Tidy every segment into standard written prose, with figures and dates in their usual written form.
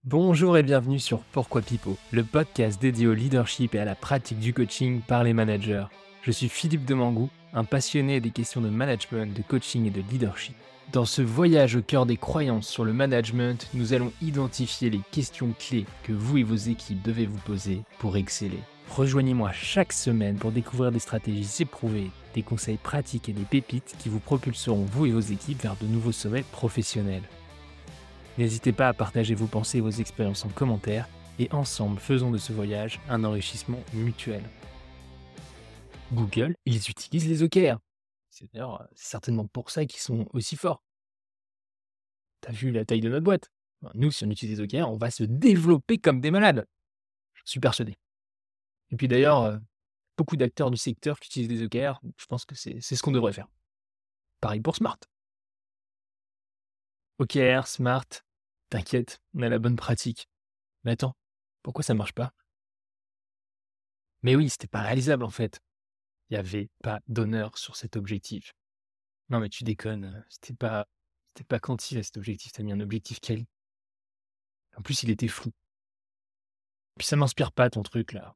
Bonjour et bienvenue sur Pourquoi Pipo, le podcast dédié au leadership et à la pratique du coaching par les managers. Je suis Philippe Demangou, un passionné des questions de management, de coaching et de leadership. Dans ce voyage au cœur des croyances sur le management, nous allons identifier les questions clés que vous et vos équipes devez vous poser pour exceller. Rejoignez-moi chaque semaine pour découvrir des stratégies éprouvées, des conseils pratiques et des pépites qui vous propulseront vous et vos équipes vers de nouveaux sommets professionnels. N'hésitez pas à partager vos pensées et vos expériences en commentaire et ensemble faisons de ce voyage un enrichissement mutuel. Google, ils utilisent les OKR. C'est d'ailleurs certainement pour ça qu'ils sont aussi forts. T'as vu la taille de notre boîte ? Nous, si on utilise les OKR, on va se développer comme des malades. Je suis persuadé. Et puis d'ailleurs, beaucoup d'acteurs du secteur qui utilisent les OKR, je pense que c'est ce qu'on devrait faire. Pareil pour Smart. OKR, Smart, t'inquiète, on a la bonne pratique. Mais attends, pourquoi ça marche pas ? Mais oui, c'était pas réalisable en fait. Il n'y avait pas d'honneur sur cet objectif. Non mais tu déconnes, c'était pas quanti cet objectif, t'as mis un objectif quali. En plus, il était flou. Puis ça m'inspire pas ton truc là.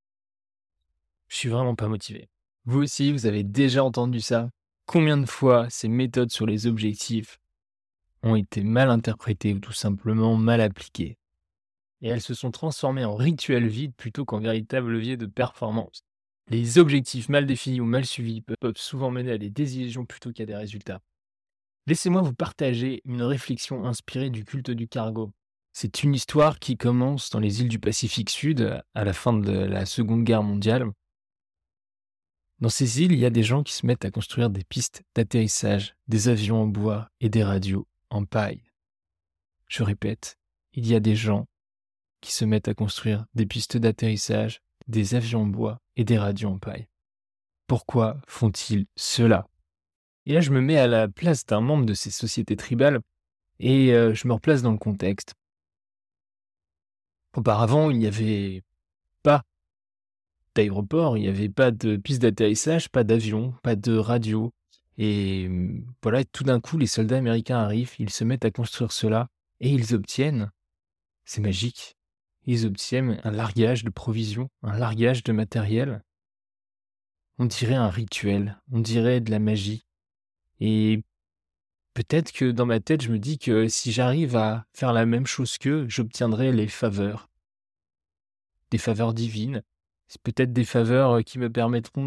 Je suis vraiment pas motivé. Vous aussi, vous avez déjà entendu ça ? Combien de fois ces méthodes sur les objectifs ont été mal interprétées ou tout simplement mal appliquées ? Et elles se sont transformées en rituels vides plutôt qu'en véritables leviers de performance. Les objectifs mal définis ou mal suivis peuvent souvent mener à des désillusions plutôt qu'à des résultats. Laissez-moi vous partager une réflexion inspirée du culte du cargo. C'est une histoire qui commence dans les îles du Pacifique Sud, à la fin de la Seconde Guerre mondiale. Dans ces îles, il y a des gens qui se mettent à construire des pistes d'atterrissage, des avions en bois et des radios en paille. Je répète, il y a des gens qui se mettent à construire des pistes d'atterrissage, des avions en bois et des radios en paille. Pourquoi font-ils cela ? Et là, je me mets à la place d'un membre de ces sociétés tribales et je me replace dans le contexte. Auparavant, il n'y avait pas d'aéroport, il n'y avait pas de piste d'atterrissage, pas d'avion, pas de radio. Et voilà, tout d'un coup, les soldats américains arrivent, ils se mettent à construire cela et ils obtiennent, c'est magique, ils obtiennent un largage de provisions, un largage de matériel. On dirait un rituel, on dirait de la magie. Et peut-être que dans ma tête, je me dis que si j'arrive à faire la même chose qu'eux, j'obtiendrai les faveurs. Des faveurs divines. C'est peut-être des faveurs qui me permettront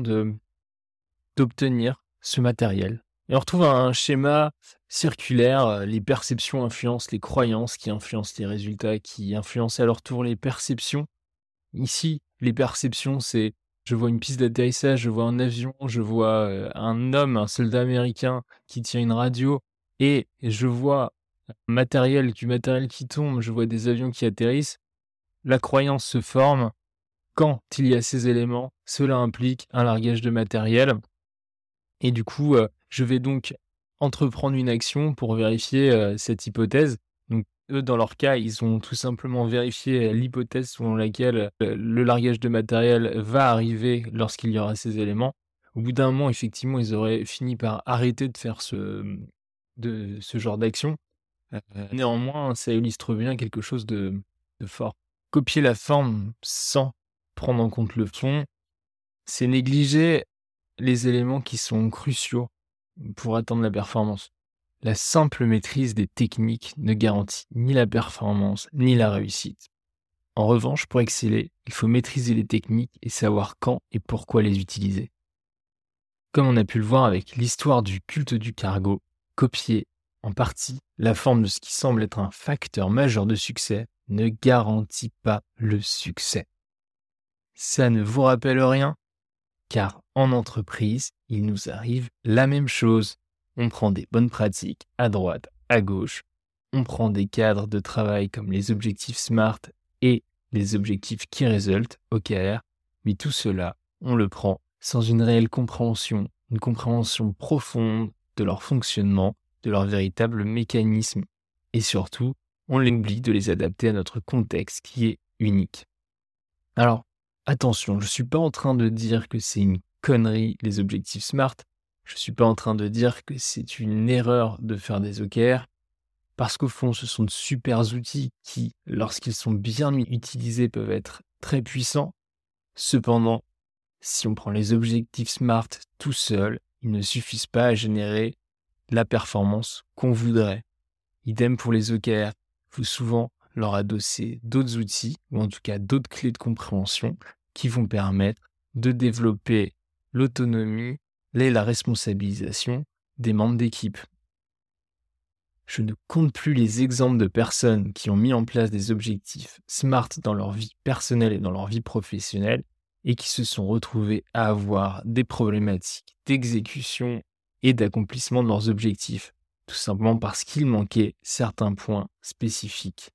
d'obtenir ce matériel. Et on retrouve un schéma circulaire, les perceptions influencent les croyances, qui influencent les résultats, qui influencent à leur tour les perceptions. Ici, les perceptions, c'est je vois une piste d'atterrissage, je vois un avion, je vois un homme, un soldat américain qui tient une radio, et je vois du matériel qui tombe, je vois des avions qui atterrissent. La croyance se forme. Quand il y a ces éléments, cela implique un largage de matériel. Et du coup, je vais donc entreprendre une action pour vérifier cette hypothèse. Donc, eux, dans leur cas, ils ont tout simplement vérifié l'hypothèse selon laquelle le largage de matériel va arriver lorsqu'il y aura ces éléments. Au bout d'un moment, effectivement, ils auraient fini par arrêter de faire ce genre d'action. Néanmoins, ça illustre bien quelque chose de fort. Copier la forme sans prendre en compte le fond, c'est négliger les éléments qui sont cruciaux pour atteindre la performance. La simple maîtrise des techniques ne garantit ni la performance ni la réussite. En revanche, pour exceller, il faut maîtriser les techniques et savoir quand et pourquoi les utiliser. Comme on a pu le voir avec l'histoire du culte du cargo, copier en partie la forme de ce qui semble être un facteur majeur de succès ne garantit pas le succès. Ça ne vous rappelle rien ? Car en entreprise, il nous arrive la même chose. On prend des bonnes pratiques à droite, à gauche. On prend des cadres de travail comme les objectifs SMART et les objectifs Key Result, OKR. Mais tout cela, on le prend sans une réelle compréhension, une compréhension profonde de leur fonctionnement, de leur véritable mécanisme. Et surtout, on oublie de les adapter à notre contexte qui est unique. Alors, attention, je ne suis pas en train de dire que c'est une connerie les objectifs SMART. Je ne suis pas en train de dire que c'est une erreur de faire des OKR. parce qu'au fond, ce sont de super outils qui, lorsqu'ils sont bien utilisés, peuvent être très puissants. Cependant, si on prend les objectifs SMART tout seuls, ils ne suffisent pas à générer la performance qu'on voudrait. Idem pour les OKR. Il faut souvent leur adosser d'autres outils, ou en tout cas d'autres clés de compréhension qui vont permettre de développer l'autonomie et la responsabilisation des membres d'équipe. Je ne compte plus les exemples de personnes qui ont mis en place des objectifs SMART dans leur vie personnelle et dans leur vie professionnelle et qui se sont retrouvés à avoir des problématiques d'exécution et d'accomplissement de leurs objectifs, tout simplement parce qu'il manquait certains points spécifiques.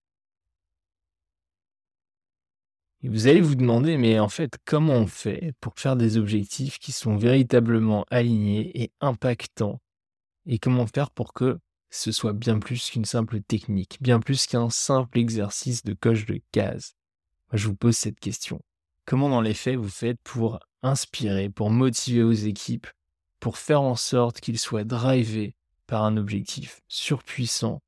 Et vous allez vous demander, mais en fait, comment on fait pour faire des objectifs qui sont véritablement alignés et impactants? Et comment faire pour que ce soit bien plus qu'une simple technique, bien plus qu'un simple exercice de coche de cases? Moi, je vous pose cette question. Comment dans les faits vous faites pour inspirer, pour motiver vos équipes, pour faire en sorte qu'ils soient drivés par un objectif surpuissant?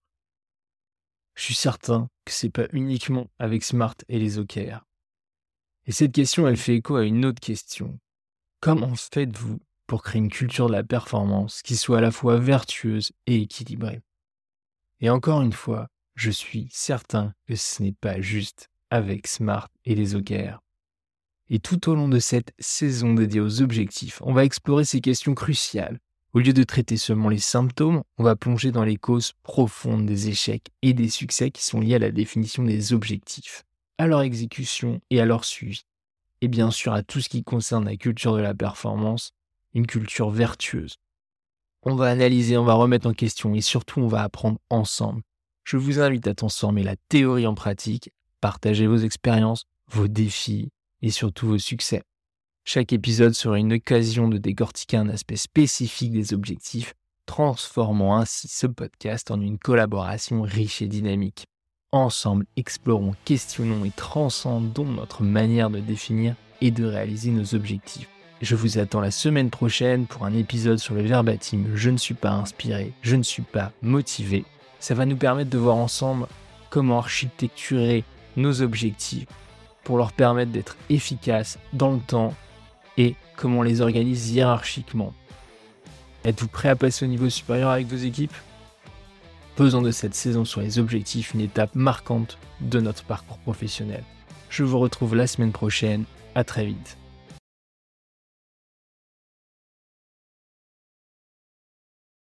Je suis certain que c'est pas uniquement avec SMART et les OKR. Et cette question, elle fait écho à une autre question. Comment faites-vous pour créer une culture de la performance qui soit à la fois vertueuse et équilibrée? Et encore une fois, je suis certain que ce n'est pas juste avec SMART et les OKR. Et tout au long de cette saison dédiée aux objectifs, on va explorer ces questions cruciales. Au lieu de traiter seulement les symptômes, on va plonger dans les causes profondes des échecs et des succès qui sont liés à la définition des objectifs, à leur exécution et à leur suivi. Et bien sûr à tout ce qui concerne la culture de la performance, une culture vertueuse. On va analyser, on va remettre en question et surtout on va apprendre ensemble. Je vous invite à transformer la théorie en pratique, partager vos expériences, vos défis et surtout vos succès. Chaque épisode sera une occasion de décortiquer un aspect spécifique des objectifs, transformant ainsi ce podcast en une collaboration riche et dynamique. Ensemble, explorons, questionnons et transcendons notre manière de définir et de réaliser nos objectifs. Je vous attends la semaine prochaine pour un épisode sur le verbatim « Je ne suis pas inspiré, je ne suis pas motivé ». Ça va nous permettre de voir ensemble comment architecturer nos objectifs pour leur permettre d'être efficaces dans le temps et comment on les organise hiérarchiquement. Êtes-vous prêt à passer au niveau supérieur avec vos équipes? Faisons de cette saison sur les objectifs une étape marquante de notre parcours professionnel. Je vous retrouve la semaine prochaine. À très vite.